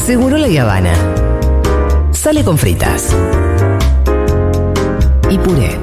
Seguro La Habana. Sale con fritas y puré.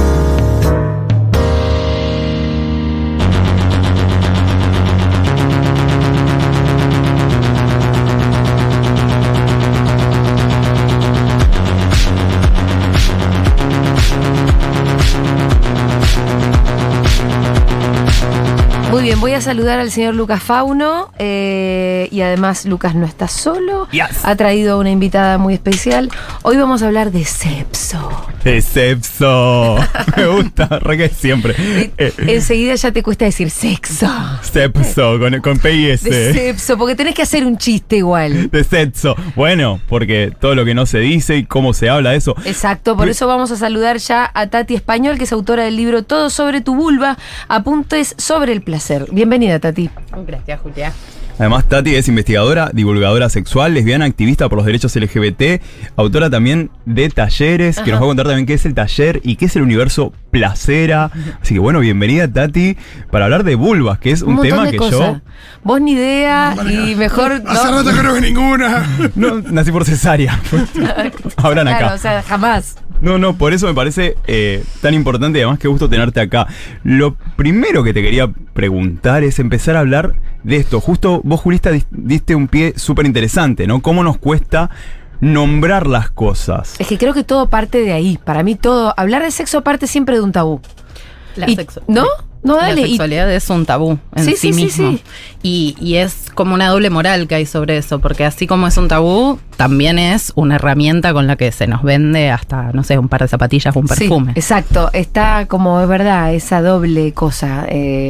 Muy bien, voy a saludar al señor Lucas Fauno y además Lucas no está solo, Yes. Ha traído una invitada muy especial. Hoy vamos a hablar de sexo. De sexo. Me gusta, re que siempre. Enseguida ya te cuesta decir sexo. Sexo, con P y S. De sexo, porque tenés que hacer un chiste igual. De sexo. Bueno, porque todo lo que no se dice y cómo se habla de eso. Exacto, por eso vamos a saludar ya a Tati Español, que es autora del libro Todo sobre tu vulva, apuntes sobre el placer. Bienvenida, Tati. Gracias, Julia. Además, Tati es investigadora, divulgadora sexual, lesbiana, activista por los derechos LGBT, autora también de talleres, que nos va a contar también qué es el taller y qué es el universo placera. Así que bueno, bienvenida, Tati, para hablar de vulvas, que es un tema de que cosas. Vos ni idea y mejor... Hace rato creo que ninguna. No, nací por cesárea. Hablan acá. Claro, o sea, jamás. No, por eso me parece tan importante y además qué gusto tenerte acá. Lo primero que te quería preguntar es empezar a hablar de esto. Justo vos, Julista, diste un pie súper interesante, ¿no? ¿Cómo nos cuesta nombrar las cosas? Es que creo que todo parte de ahí. Para mí todo, hablar de sexo parte siempre de un tabú. ¿No? No, dale. La sexualidad es un tabú en sí mismo. Sí. Y es como una doble moral que hay sobre eso, porque así como es un tabú, también es una herramienta con la que se nos vende hasta, no sé, un par de zapatillas o un perfume. Sí, exacto. Está como, es verdad, esa doble cosa.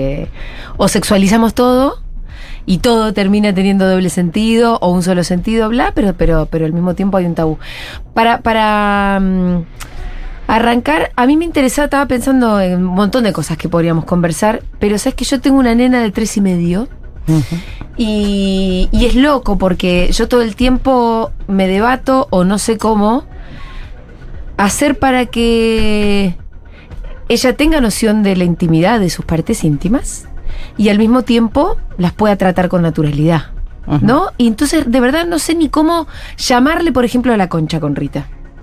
O sexualizamos todo y todo termina teniendo doble sentido o un solo sentido, bla, pero al mismo tiempo hay un tabú. Para arrancar, a mí me interesaba, estaba pensando en un montón de cosas que podríamos conversar, pero sabes que yo tengo una nena de 3 y medio. Y es loco porque yo todo el tiempo me debato o no sé cómo hacer para que ella tenga noción de la intimidad de sus partes íntimas y al mismo tiempo las pueda tratar con naturalidad, ¿no? Y entonces de verdad no sé ni cómo llamarle, por ejemplo, a la concha con Rita.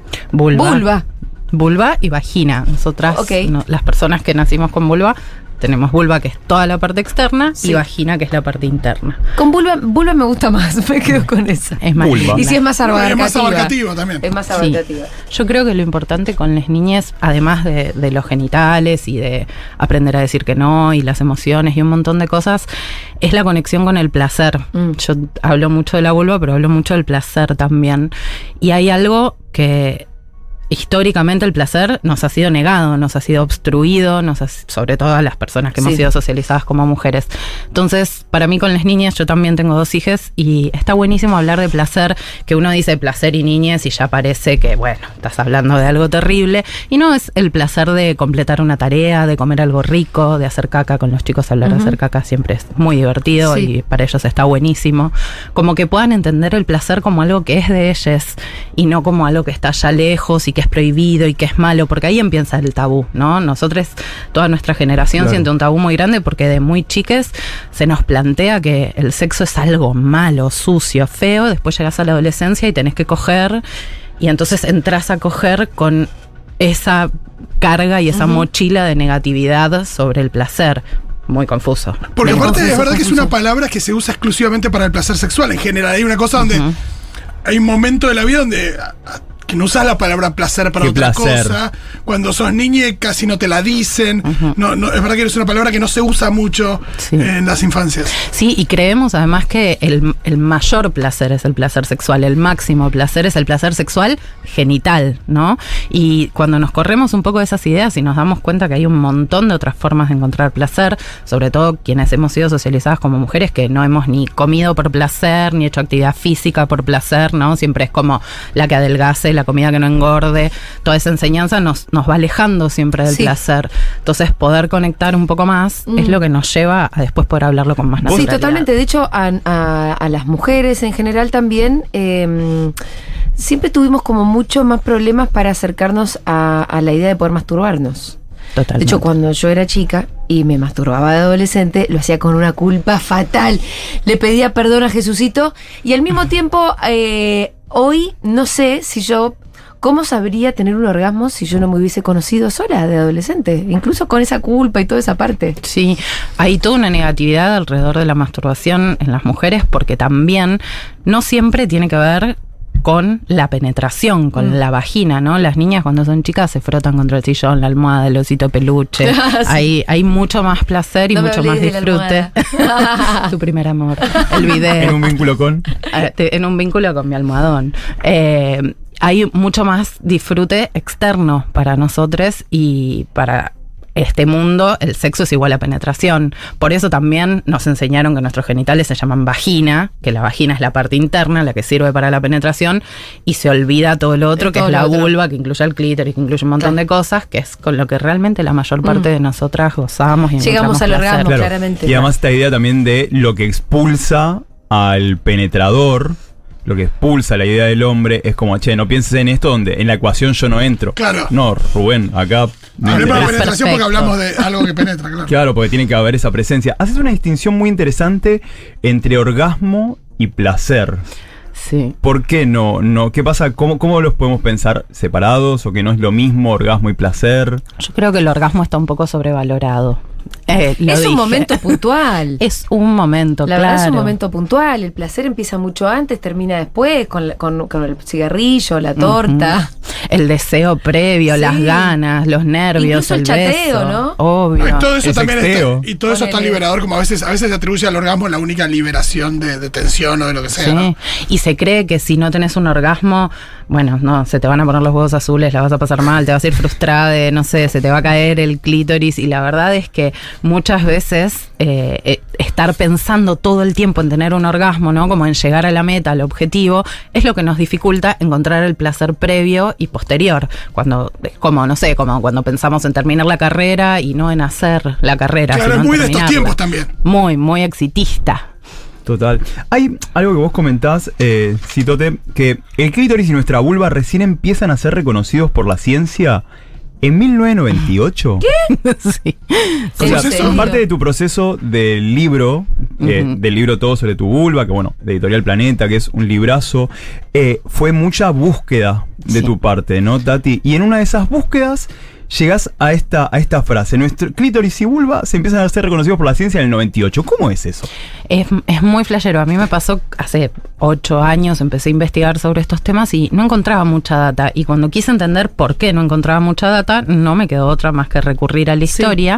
Vulva y vagina. Nosotras, Okay. las personas que nacimos con vulva, tenemos vulva, que es toda la parte externa, Sí. y vagina, que es la parte interna. Con vulva me gusta más, me quedo con esa. Es más Vulva. linda. Y si es más abarcativa. Es más abarcativa también. Es más Sí. abarcativa. Yo creo que lo importante con las niñas, además de los genitales y de aprender a decir que no y las emociones y un montón de cosas, es la conexión con el placer. Yo hablo mucho de la vulva, pero hablo mucho del placer también. Y hay algo que históricamente el placer nos ha sido negado, nos ha sido obstruido, sobre todo a las personas que hemos Sí. sido socializadas como mujeres. Entonces, para mí con las niñas, yo también tengo 2 hijas y está buenísimo hablar de placer, que uno dice placer y niñez y ya parece que, bueno, estás hablando de algo terrible. Y no, es el placer de completar una tarea, de comer algo rico, de hacer caca. Con los chicos hablar de hacer caca siempre es muy divertido Sí. y para ellos está buenísimo. Como que puedan entender el placer como algo que es de ellos y no como algo que está allá lejos y que es prohibido y que es malo, porque ahí empieza el tabú, ¿no? Nosotros, toda nuestra generación, Claro, siente un tabú muy grande porque de muy chiques se nos plantea que el sexo es algo malo, sucio, feo. Después llegas a la adolescencia y tenés que coger, y entonces entras a coger con esa carga y esa mochila de negatividad sobre el placer. Muy confuso. Porque Muy aparte es confuso, verdad que es confuso. una palabra que se usa exclusivamente para el placer sexual. En general hay una cosa donde hay un momento de la vida donde que no usas la palabra placer para ¿Qué otra placer? cosa. Cuando sos niña casi no te la dicen. No, es verdad que es una palabra que no se usa mucho Sí. en las infancias. Sí, y creemos además que el mayor placer es el placer sexual, el máximo placer es el placer sexual genital, ¿no? Y cuando nos corremos un poco de esas ideas y nos damos cuenta que hay un montón de otras formas de encontrar placer, sobre todo quienes hemos sido socializadas como mujeres que no hemos ni comido por placer, ni hecho actividad física por placer, ¿no? Siempre es como la que adelgace, la comida que no engorde, toda esa enseñanza nos va alejando siempre del Sí. placer. Entonces, poder conectar un poco más es lo que nos lleva a después poder hablarlo con más Sí, naturalidad. totalmente. De hecho, a las mujeres en general también siempre tuvimos como mucho más problemas para acercarnos a la idea de poder masturbarnos. Totalmente. De hecho, cuando yo era chica y me masturbaba de adolescente, lo hacía con una culpa fatal. Le pedía perdón a Jesucito y al mismo tiempo, hoy no sé si yo... ¿Cómo sabría tener un orgasmo si yo no me hubiese conocido sola de adolescente? Incluso con esa culpa y toda esa parte. Sí, hay toda una negatividad alrededor de la masturbación en las mujeres porque también no siempre tiene que ver con la penetración, con la vagina, ¿no? Las niñas cuando son chicas se frotan contra el sillón, la almohada, el osito peluche. Sí. Hay mucho más placer y mucho más disfrute. Tu primer amor, el bidet. En un vínculo con... En un vínculo con mi almohadón. Hay mucho más disfrute externo para nosotros y para este mundo el sexo es igual a penetración. Por eso también nos enseñaron que nuestros genitales se llaman vagina, que la vagina es la parte interna, la que sirve para la penetración, y se olvida todo lo otro, que es la vulva, que incluye el clítoris, que incluye un montón de cosas, que es con lo que realmente la mayor parte de nosotras gozamos y llegamos al orgasmo, claramente. Y además esta idea también de lo que expulsa al penetrador. Lo que expulsa la idea del hombre es como, che, no pienses en esto donde en la ecuación yo no entro. Claro. No, Rubén, acá... Hablemos de penetración porque hablamos de algo que penetra, claro. Claro, porque tiene que haber esa presencia. Haces una distinción muy interesante entre orgasmo y placer. Sí. ¿Por qué no? ¿Qué pasa? ¿Cómo los podemos pensar separados o que no es lo mismo orgasmo y placer? Yo creo que el orgasmo está un poco sobrevalorado. Es un momento puntual. Es un momento, La verdad es un momento puntual. El placer empieza mucho antes, termina después, con el cigarrillo, la torta. El deseo previo, las ganas, los nervios, incluso el chateo, beso, ¿no? Obvio. Y todo eso también sexteo. y todo eso es tan liberador como a veces se atribuye al orgasmo la única liberación de tensión o de lo que sea, Sí. ¿no? Y se cree que si no tenés un orgasmo, bueno, no, se te van a poner los huevos azules, la vas a pasar mal, te vas a ir frustrada, no sé, se te va a caer el clítoris. Y la verdad es que muchas veces estar pensando todo el tiempo en tener un orgasmo, ¿no? Como en llegar a la meta, al objetivo, es lo que nos dificulta encontrar el placer previo y posterior. Como cuando pensamos en terminar la carrera y no en hacer la carrera. Claro, sino es en muy de estos terminarla. tiempos también. Muy, muy exitista. Total. Hay algo que vos comentás, Citote, que el clítoris y nuestra vulva recién empiezan a ser reconocidos por la ciencia en 1998. ¿Qué? Sí. O sea, ¿Es eso? parte de tu proceso del libro, del libro Todo sobre tu vulva, que bueno, de Editorial Planeta, que es un librazo, fue mucha búsqueda de tu parte, ¿no, Tati? Y en una de esas búsquedas llegás a esta frase: nuestro clítoris y vulva se empiezan a ser reconocidos por la ciencia en el 98. ¿Cómo es eso? Es muy flashero. A mí me pasó hace 8 años, empecé a investigar sobre estos temas y no encontraba mucha data. Y cuando quise entender por qué no encontraba mucha data, no me quedó otra más que recurrir a la historia.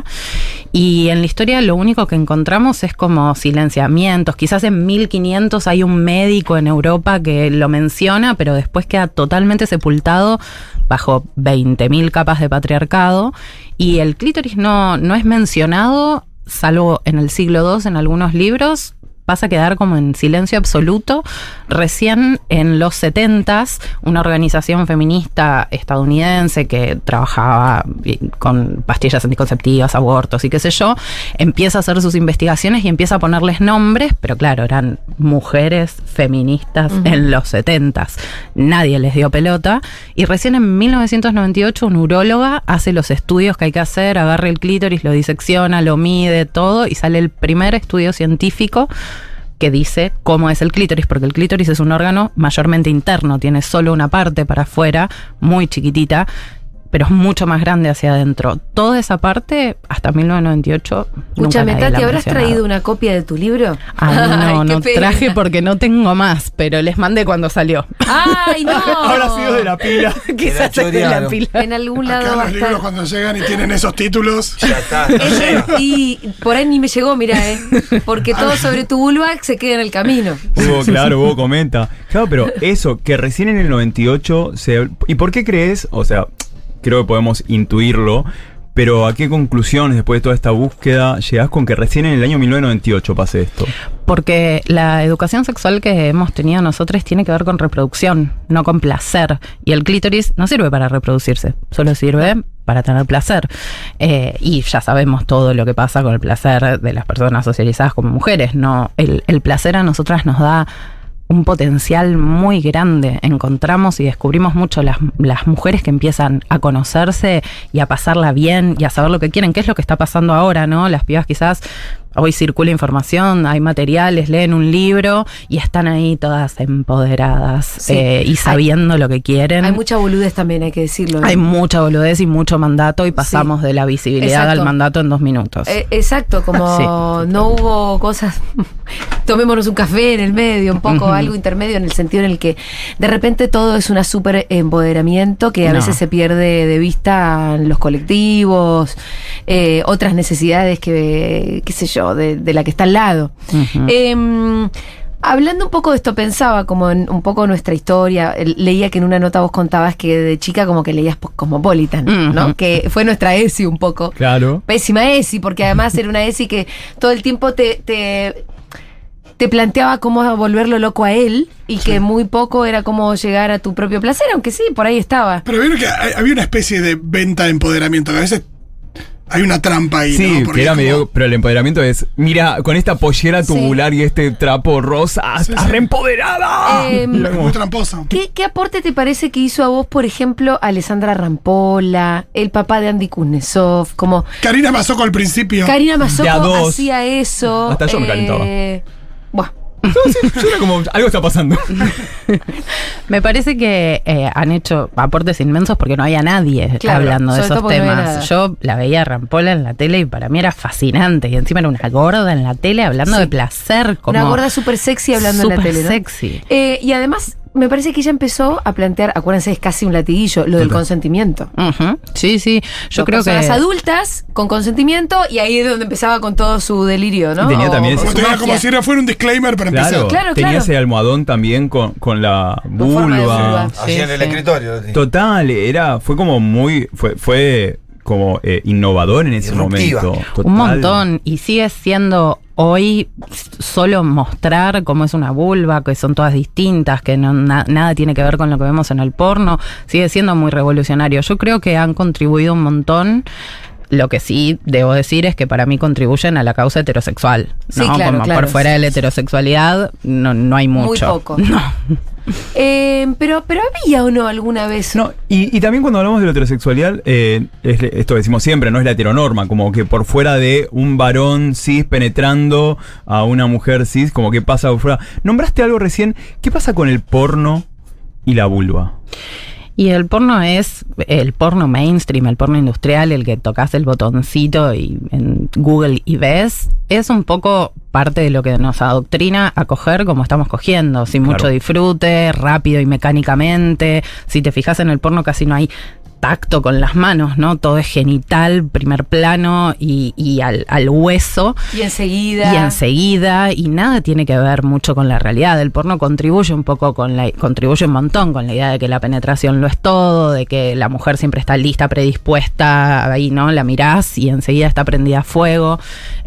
Y en la historia lo único que encontramos es como silenciamientos. Quizás en 1500 hay un médico en Europa que lo menciona, pero después queda totalmente sepultado bajo 20.000 capas de patriarcado. Y el clítoris no es mencionado, salvo en el siglo II en algunos libros. Pasa a quedar como en silencio absoluto. Recién en los 70s, una organización feminista estadounidense que trabajaba con pastillas anticonceptivas, abortos y qué sé yo, empieza a hacer sus investigaciones y empieza a ponerles nombres, pero claro, eran mujeres feministas en los 70s. Nadie les dio pelota. Y recién en 1998 una uróloga hace los estudios que hay que hacer, agarra el clítoris, lo disecciona, lo mide, todo, y sale el primer estudio científico que dice cómo es el clítoris, porque el clítoris es un órgano mayormente interno, tiene solo una parte para afuera, muy chiquitita, pero es mucho más grande hacia adentro. Toda esa parte, hasta 1998, Escúchame, nunca nadie Tati, la ¿habrás mencionaba. traído una copia de tu libro? Ay, no, Ay, no qué pena. traje porque no tengo más, pero les mandé cuando salió. ¡Ay, no! Habrá sido de la pila. Quizás es de la pila. En algún lado Acá va a los libros estar. cuando llegan y tienen esos títulos. Ya está, no sé. Y por ahí ni me llegó, mira, porque todo sobre tu vulva se queda en el camino. Hugo comenta. Claro, pero eso, que recién en el 98 ¿Y por qué crees? O sea, creo que podemos intuirlo, pero ¿a qué conclusiones después de toda esta búsqueda llegás con que recién en el año 1998 pase esto? Porque la educación sexual que hemos tenido nosotros tiene que ver con reproducción, no con placer. Y el clítoris no sirve para reproducirse, solo sirve para tener placer. Y ya sabemos todo lo que pasa con el placer de las personas socializadas como mujeres. No, el placer a nosotras nos da un potencial muy grande. Encontramos y descubrimos mucho las mujeres que empiezan a conocerse y a pasarla bien y a saber lo que quieren, qué es lo que está pasando ahora, ¿no? Las pibas quizás, hoy circula información, hay materiales, leen un libro y están ahí todas empoderadas, Sí. y sabiendo lo que quieren. Hay mucha boludez también, hay que decirlo, ¿no? Hay mucha boludez y mucho mandato y pasamos de la visibilidad Exacto. al mandato en 2 minutos. Exacto, como Sí. no hubo cosas, tomémonos un café en el medio, un poco algo intermedio, en el sentido en el que de repente todo es una súper empoderamiento que a No. veces se pierde de vista en los colectivos, otras necesidades que, qué sé yo, de la que está al lado. Hablando un poco de esto, pensaba como en un poco nuestra historia. Leía que en una nota vos contabas que de chica como que leías Cosmopolitan, ¿no? Que fue nuestra ESI un poco. Claro. Pésima ESI, porque además era una ESI que todo el tiempo te planteaba cómo volverlo loco a él y que muy poco era cómo llegar a tu propio placer, aunque sí, por ahí estaba. Pero vieron que había una especie de venta de empoderamiento, que a veces hay una trampa ahí, Sí, ¿no? Porque que era es como- medio, pero el empoderamiento es, mira, con esta pollera tubular y este trapo rosa, estás sí. reempoderada. Em, Era como- muy tramposa. ¿Qué aporte te parece que hizo a vos, por ejemplo, Alessandra Rampolla, el papá de Andy Kuznetsov, como Karina Mazzocco al principio. Karina De a Mazzocco dos. hacía eso? Hasta yo me calentaba. Bueno, No, sí, yo era como, algo está pasando. Me parece que han hecho aportes inmensos porque no había nadie Claro, hablando de sobre todo esos porque no había nada. temas. Yo la veía a Rampolla en la tele y para mí era fascinante. Y encima era una gorda en la tele hablando Sí. de placer. Como una gorda súper sexy hablando en la súper tele, ¿no? sexy. Y además, me parece que ella empezó a plantear, acuérdense, es casi un latiguillo, lo del consentimiento. Ujú. Sí, sí. Yo creo que Personas adultas con consentimiento y ahí es donde empezaba con todo su delirio, ¿no? Y tenía también ese- Como, su tenía como magia. si no fuera un disclaimer para Claro, empezar. Claro, tenía claro. ese almohadón también con la Con forma de vulva. vulva. Así Sí, en el sí. escritorio. sí. Total, fue como muy, fue como innovador en ese Disruptiva. momento. Total. un montón. Y sigue siendo hoy solo mostrar cómo es una vulva, que son todas distintas, que nada tiene que ver con lo que vemos en el porno. Sigue siendo muy revolucionario. Yo creo que han contribuido un montón. Lo que sí debo decir es que para mí contribuyen a la causa heterosexual. Sí, ¿no? claro, Como claro. por fuera de la heterosexualidad no hay Muy mucho. poco. No. Pero había o no alguna vez. No, y también cuando hablamos de la heterosexualidad, esto decimos siempre, no es la heteronorma, como que por fuera de un varón cis penetrando a una mujer cis, como que pasa por fuera. Nombraste algo recién, ¿qué pasa con el porno y la vulva? Y el porno es el porno mainstream, el porno industrial, el que tocas el botoncito y en Google y ves, es un poco parte de lo que nos adoctrina a coger como estamos cogiendo, sin Claro. mucho disfrute, rápido y mecánicamente. Si te fijas en el porno casi no hay tacto con las manos, ¿no? Todo es genital, primer plano y al hueso. Y enseguida. Y nada tiene que ver mucho con la realidad. El porno contribuye un poco contribuye un montón con la idea de que la penetración lo es todo, de que la mujer siempre está lista, predispuesta, ahí, ¿no? La mirás y enseguida está prendida a fuego.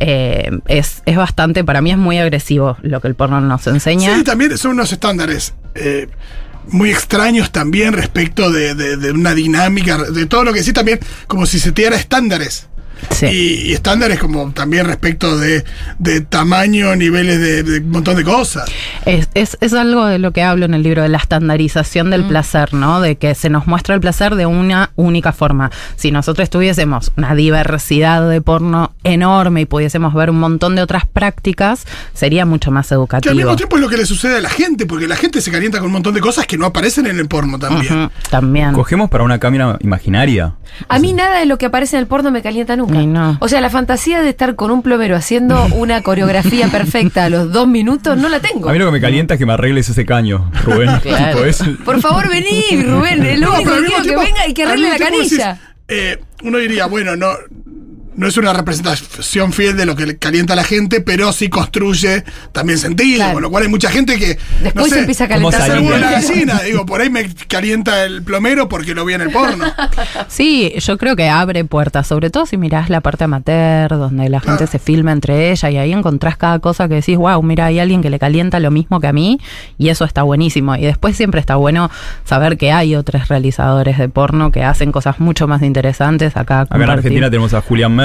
Es bastante, para mí es muy agresivo lo que el porno nos enseña. Sí, también son unos estándares muy extraños también respecto de una dinámica, de todo lo que sí también, como si se diera estándares. Sí. Y estándares como también respecto de tamaño, niveles de un montón de cosas. Es algo de lo que hablo en el libro, de la estandarización del placer, ¿no? De que se nos muestra el placer de una única forma. Si nosotros tuviésemos una diversidad de porno enorme y pudiésemos ver un montón de otras prácticas, sería mucho más Que al educativo. mismo tiempo es lo que le sucede a la gente, porque la gente se calienta con un montón de cosas que no aparecen en el porno también. Ujú, también. ¿Cogemos para una cámara imaginaria? A mí nada de lo que aparece en el porno me calienta nunca. Ay, no. O sea, la fantasía de estar con un plomero haciendo una coreografía perfecta a los 2 minutos no la tengo. A mí lo que me calienta es que me arregles ese caño, Rubén. Claro. Tipo, es- Por favor, vení, Rubén. Es lo No, único pero al que mismo quiero que tiempo- venga y que al arregle la mismo tiempo canilla. decís, uno diría, bueno, no es una representación fiel de lo que le calienta a la gente, pero sí construye también sentido. Claro. Con lo cual hay mucha gente que. Después no sé, se empieza a ¿cómo calentar hacer salía? huevo en la solo. gallina. Digo, por ahí me calienta el plomero porque lo vi en el porno. Sí, yo creo que abre puertas, sobre todo si mirás la parte amateur, donde la gente se filma entre ella y ahí encontrás cada cosa que decís, wow, mira, hay alguien que le calienta lo mismo que a mí y eso está buenísimo. Y después siempre está bueno saber que hay otros realizadores de porno que hacen cosas mucho más interesantes. Acá Acá en compartir. Argentina tenemos a Julián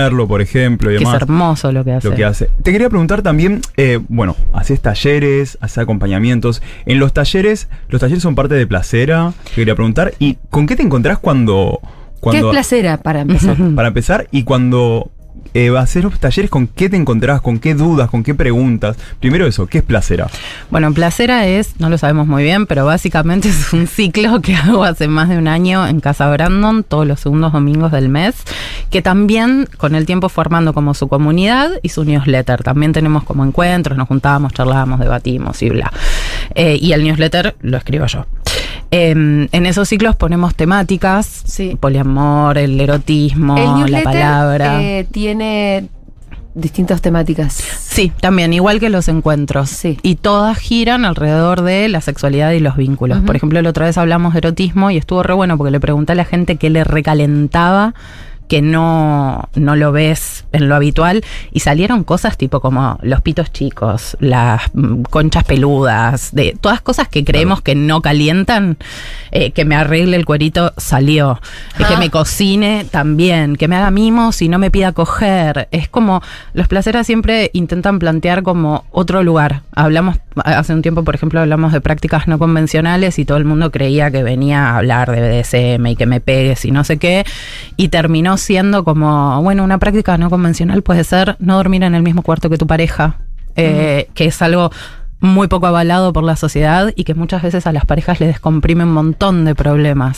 sostenerlo, por ejemplo, y Que es demás. hermoso lo que hace. Lo que hace. Te quería preguntar también, bueno, haces talleres, haces acompañamientos. En los talleres son parte de Placera. Te quería preguntar, ¿y con qué te encontrás cuando ¿Qué es Placera para empezar? para empezar, y cuando hacer los talleres, ¿con qué te encontrás? ¿Con qué dudas? ¿Con qué preguntas? Primero eso, ¿qué es Placera? Bueno, Placera es, no lo sabemos muy bien, pero básicamente es un ciclo que hago hace más de un año en Casa Brandon, todos los segundos domingos del mes, que también con el tiempo fue armando como su comunidad y su newsletter. También tenemos como encuentros, nos juntábamos, charlábamos, debatimos y bla. Y el newsletter lo escribo yo. En esos ciclos ponemos temáticas, Sí. poliamor, el erotismo, El la newsletter palabra. tiene distintas temáticas. Sí, también, igual que los encuentros. Sí. Y todas giran alrededor de la sexualidad y los vínculos. Ujú. Por ejemplo, la otra vez hablamos de erotismo y estuvo re bueno porque le pregunté a la gente qué le recalentaba, que no lo ves en lo habitual, y salieron cosas tipo como los pitos chicos, las conchas peludas, de todas cosas que creemos que no calientan, que me arregle el cuerito, salió, que me cocine también, que me haga mimos y no me pida coger. Es como, los placeras siempre intentan plantear como otro lugar. Hablamos, hace un tiempo, por ejemplo, hablamos de prácticas no convencionales y todo el mundo creía que venía a hablar de BDSM y que me pegues y no sé qué, y terminó siendo como, bueno, una práctica no convencional puede ser no dormir en el mismo cuarto que tu pareja, que es algo muy poco avalado por la sociedad y que muchas veces a las parejas les descomprime un montón de problemas.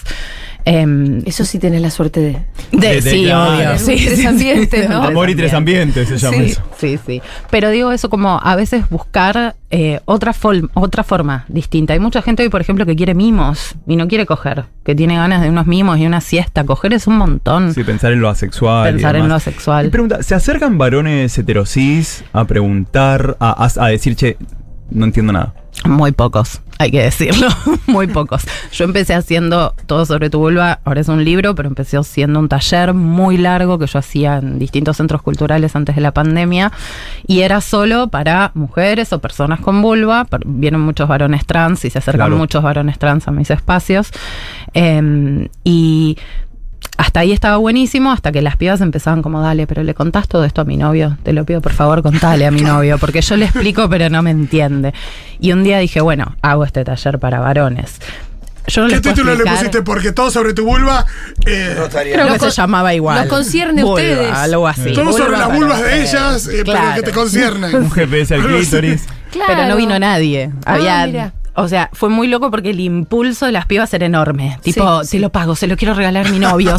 Eso sí tenés la suerte de Sí, claro. obvio. Sí, tres ambientes, ¿no? Amor y tres ambientes se llama Sí. eso. Sí, sí. Pero digo eso como a veces buscar otra forma distinta. Hay mucha gente hoy, por ejemplo, que quiere mimos y no quiere coger, que tiene ganas de unos mimos y una siesta. Coger es un montón. Sí, pensar en lo asexual. Pensar y en demás. lo sexual. Y pregunta, ¿se acercan varones heterosis a preguntar, a decir, che, no entiendo nada? Muy pocos, hay que decirlo, muy pocos. Yo empecé haciendo Todo sobre tu vulva, ahora es un libro, pero empecé haciendo un taller muy largo que yo hacía en distintos centros culturales antes de la pandemia, y era solo para mujeres o personas con vulva. Vienen muchos varones trans y se acercan Claro. muchos varones trans a mis espacios. Y hasta ahí estaba buenísimo, hasta que las pibas empezaban como, dale, pero le contás todo esto a mi novio, te lo pido por favor, contale a mi novio, porque yo le explico pero no me entiende. Y un día dije, bueno, hago este taller para varones. Yo no ¿Qué les puedo título le explicar. pusiste? Porque todo sobre tu vulva. Creo Lo que con- se llamaba igual. lo concierne a Vulva, ustedes. algo así. Todo sobre Vulva las para vulvas de ustedes. ellas, pero Claro. que te conciernen. Un GPS al clítoris. Claro. Pero no vino nadie. Mira. O sea, fue muy loco porque el impulso de las pibas era enorme. Tipo, Sí, te lo pago, se lo quiero regalar a mi novio.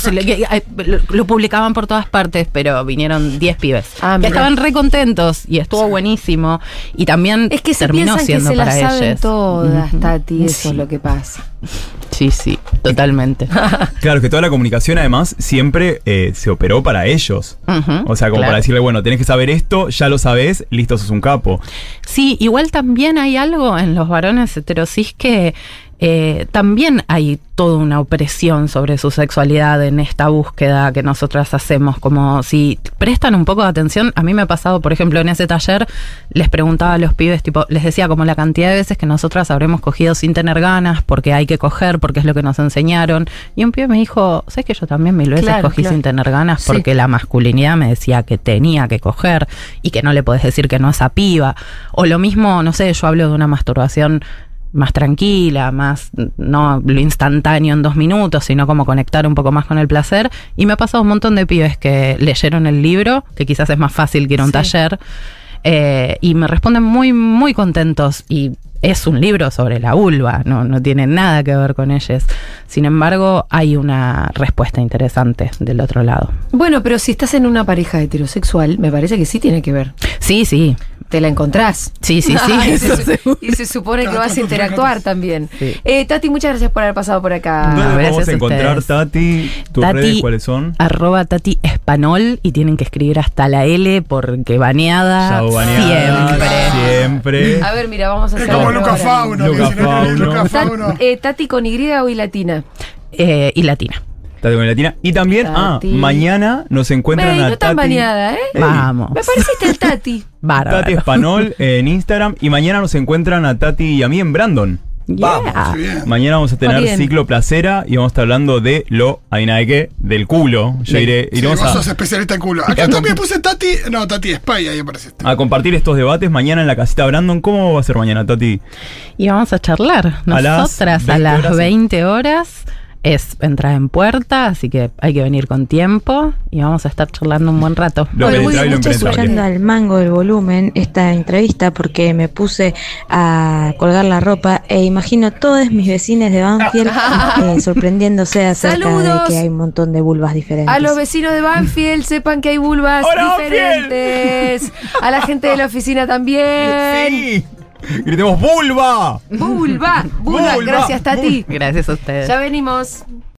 Lo publicaban por todas partes, pero vinieron 10 pibes. Ah, que mira. estaban re contentos y estuvo buenísimo. Y también Es que se terminó piensan que siendo se las para saben ellos. todas, Tati, eso Sí. es lo que pasa. Sí, sí, totalmente. Claro, que toda la comunicación además siempre se operó para ellos. Ujú, O sea, como claro. para decirle, bueno, tenés que saber esto, ya lo sabés, listo, sos un capo. Sí, igual también hay algo en los varones heterosis que también hay toda una opresión sobre su sexualidad en esta búsqueda que nosotras hacemos, como si prestan un poco de atención. A mí me ha pasado, por ejemplo, en ese taller les preguntaba a los pibes, tipo, les decía como la cantidad de veces que nosotras habremos cogido sin tener ganas, porque hay que coger, porque es lo que nos enseñaron. Y un pibe me dijo, ¿sabes que yo también mil veces Claro, cogí claro. sin tener ganas? Sí. Porque la masculinidad me decía que tenía que coger y que no le podés decir que no a esa piba. O lo mismo, no sé, yo hablo de una masturbación más tranquila, más no lo instantáneo en 2 minutos, sino como conectar un poco más con el placer. Y me ha pasado un montón de pibes que leyeron el libro, que quizás es más fácil que ir a un Sí. taller, y me responden muy, muy contentos. Y es un libro sobre la vulva, no tiene nada que ver con ellos. Sin embargo, hay una respuesta interesante del otro lado. Bueno, pero si estás en una pareja heterosexual, me parece que sí tiene que ver. Sí, sí. Te la encontrás. Sí, sí, sí. y, eso se, seguro. y se supone que vas a interactuar también. Sí. Tati, muchas gracias por haber pasado por acá. ¿Dónde gracias podemos a encontrar, ustedes. Tati? ¿Tus Tati, redes cuáles son? @Tati Espanol, y tienen que escribir hasta la L porque baneada Chau, baneada. siempre. Siempre. A ver, mira, vamos a Es hacer como algo Luca ahora. Fauno. que Luca si no escribís Fauno. Luca Fauno. Tati con Y o I latina. Y latina. Tati con Latina. Y también, Tati. mañana nos encuentran Ey, a no tan Tati. baneada, ¿eh? Ey, Vamos. Me pareciste el Tati. Bárbaro. Tati Espanol en Instagram. Y mañana nos encuentran a Tati y a mí en Brandon. Vamos. Muy bien. Mañana vamos a Muy tener bien. ciclo placera y vamos a estar hablando de adivina de qué, del culo. Yo Del- Sí, iremos vos a, sos especialista en culo. Acá también puse Tati Spy, ahí apareciste. a compartir estos debates mañana en la casita Brandon. ¿Cómo va a ser mañana, Tati? Y vamos a charlar. A las Nosotras 20 a las horas. 20 horas es entrada en puerta, así que hay que venir con tiempo y vamos a estar charlando un buen rato. Lo Bueno, muy penetrable y lo bien, Estoy escuchando impenetrable. al mango del volumen esta entrevista porque me puse a colgar la ropa e imagino todos mis vecinos de Banfield sorprendiéndose acerca Saludos. de que hay un montón de vulvas diferentes. A los vecinos de Banfield sepan que hay vulvas ¡Hola, diferentes. A la gente de la oficina también. ¡Sí! ¡Gritemos vulva! Vulva, vulva. Vulva, Gracias, Tati. Gracias a ustedes. Ya venimos.